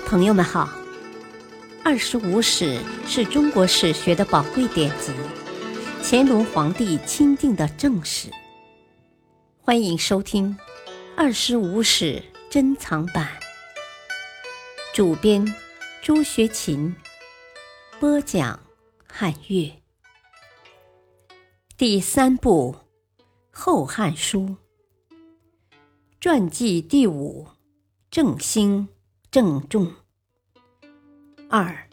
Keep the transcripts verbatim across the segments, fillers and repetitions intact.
朋友们好，二十五史是中国史学的宝贵典籍，乾隆皇帝钦定的正史。欢迎收听二十五史珍藏版，主编朱学勤，播讲汉乐。第三部《后汉书》传记第五，郑兴、郑重。二，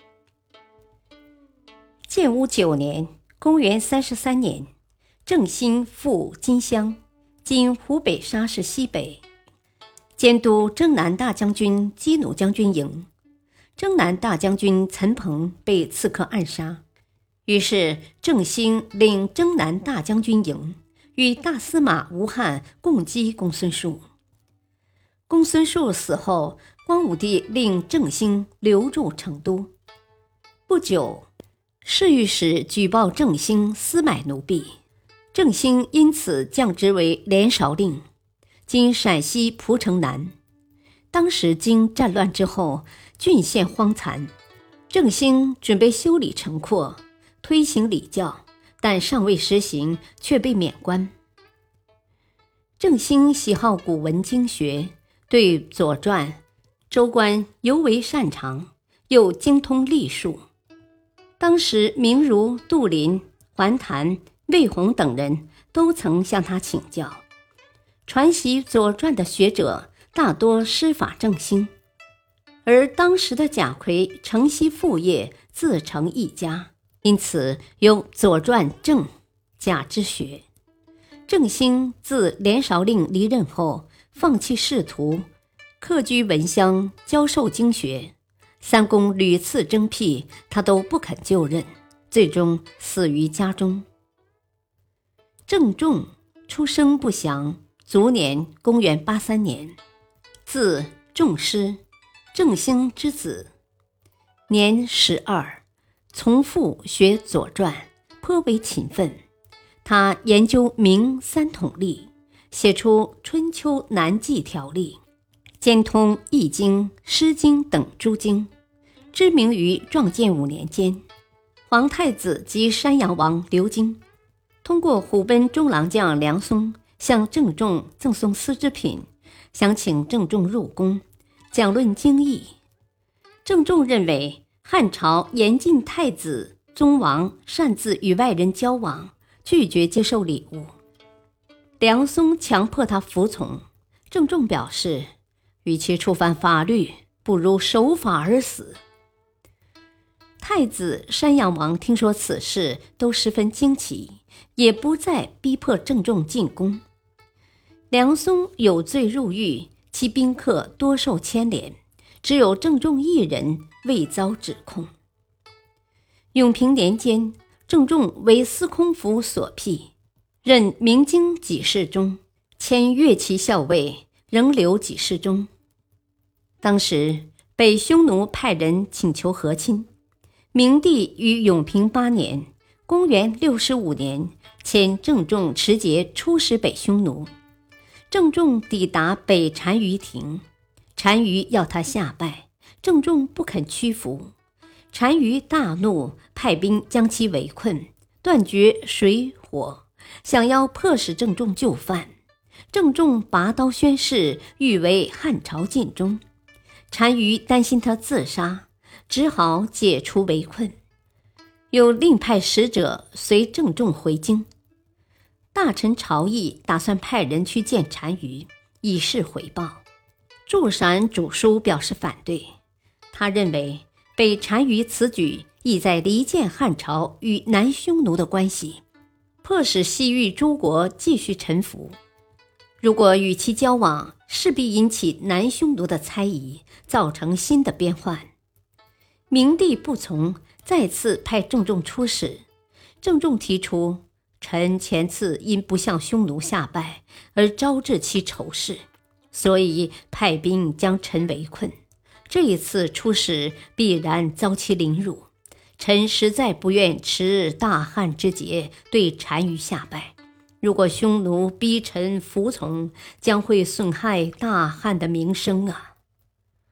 建武九年，公元三十三年，郑兴赴金乡，今湖北沙市西北，监督征南大将军基努将军营。征南大将军岑彭被刺客暗杀，于是郑兴领征南大将军营，与大司马吴汉共击公孙述。公孙述死后，光武帝令郑兴留驻成都。不久，侍御史举报郑兴私买奴婢，郑兴因此降职为连韶令，今陕西蒲城南。当时经战乱之后，郡县荒残，郑兴准备修理城廓，推行礼教，但尚未实行，却被免官。郑兴喜好古文经学，对《左传》《周官》尤为擅长，又精通历数。当时名儒杜林、桓谭、魏宏等人都曾向他请教。传习《左传》的学者大多师法正兴，而当时的贾逵承袭父业，自成一家，因此有《左传正》贾之学。郑兴自连韶令离任后，放弃仕途，客居文乡，教授经学。三公屡次征辟，他都不肯就任，最终死于家中。郑重出生不详，卒年公元八三年，字仲师，郑兴之子，年十二，从父学《左传》，颇为勤奋。他研究明三统历，写出《春秋南记条例》，兼通《易经》《诗经》等诸经，知名于壮建五年间。皇太子及山阳王刘京通过虎贲中郎将梁松向郑重赠送丝织品，想请郑重入宫讲论经义。郑重认为汉朝严禁太子、宗王擅自与外人交往，拒绝接受礼物。梁松强迫他服从，郑重表示，与其触犯法律，不如守法而死。太子、山阳王听说此事，都十分惊奇，也不再逼迫郑重进宫。梁松有罪入狱，其宾客多受牵连，只有郑重一人未遭指控。永平年间，郑重为司空府所辟，任明经给事中，迁乐骑校尉，仍留给事中。当时北匈奴派人请求和亲，明帝于永平八年，公元六十五年，遣郑重持节出使北匈奴。郑重抵达北单于庭，单于要他下拜，郑重不肯屈服。单于大怒，派兵将其围困，断绝水火，想要迫使郑重就范。郑重拔刀宣誓，欲为汉朝尽忠。单于担心他自杀，只好解除围困，又另派使者随郑重回京。大臣曹毅打算派人去见单于，以示回报。祝闪主书表示反对，他认为被单于此举意在离间汉朝与南匈奴的关系，迫使西域诸国继续臣服。如果与其交往，势必引起南匈奴的猜疑，造成新的边患。明帝不从，再次派郑重出使。郑重提出，臣前次因不向匈奴下拜而招致其仇视，所以派兵将臣围困。这一次出使必然遭其凌辱，臣实在不愿持大汉之节对单于下拜。如果匈奴逼臣服从，将会损害大汉的名声啊！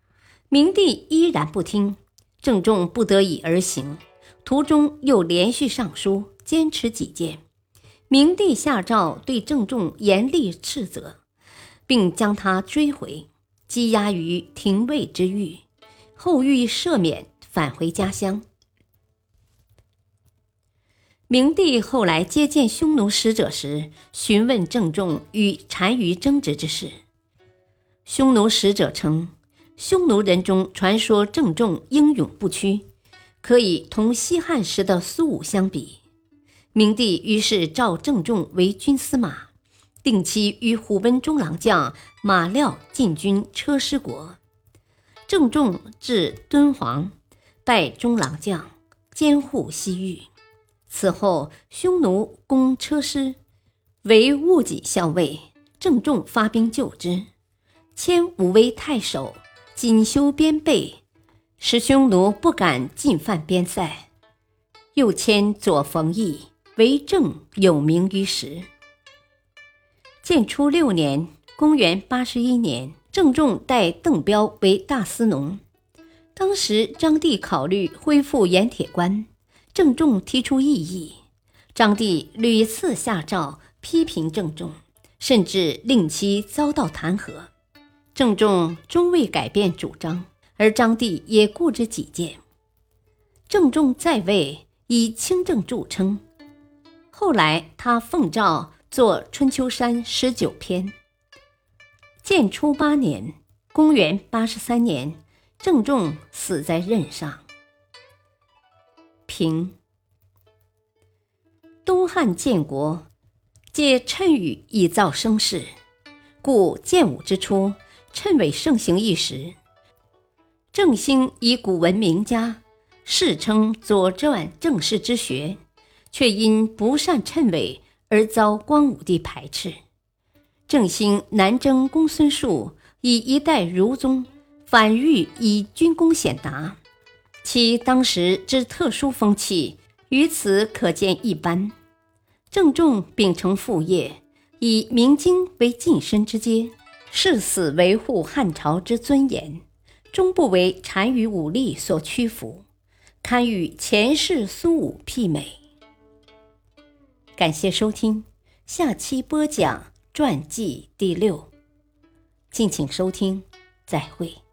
明帝依然不听，郑重不得已而行，途中又连续上书，坚持己见。明帝下诏对郑重严厉斥责，并将他追回，羁押于廷尉之狱，后欲赦免，返回家乡。明帝后来接见匈奴使者时，询问郑重与单于争执之事。匈奴使者称，匈奴人中传说郑重英勇不屈，可以同西汉时的苏武相比。明帝于是召郑重为军司马，定期与虎贲中郎将马廖进军车师国。郑重至敦煌，拜中郎将，监护西域。此后，匈奴攻车师，为戊己校尉，郑重发兵救之，迁武威太守，锦绣边备，使匈奴不敢进犯边塞。又迁左冯翊为郑，有名于时。建初六年，公元八十一年，郑重代邓彪为大司农。当时张帝考虑恢复盐铁关，郑重提出异议，张帝屡次下诏批评郑重，甚至令其遭到弹劾。郑重终未改变主张，而张帝也固执己见。郑重在位，以清正著称。后来他奉诏作《春秋山十九篇。建初八年，公元八十三年，郑重死在任上。评：东汉建国，借谶语以造声势，故建武之初，谶纬盛行一时。郑兴以古文名家，世称《左传》郑氏之学，却因不善谶纬而遭光武帝排斥。郑兴南征公孙述，以一代儒宗，反欲以军功显达，其当时之特殊风气，于此可见一斑。郑重秉承父业，以明经为晋升之阶，誓死维护汉朝之尊严，终不为单于武力所屈服，堪与前世苏武媲美。感谢收听，下期播讲传记第六，敬请收听，再会。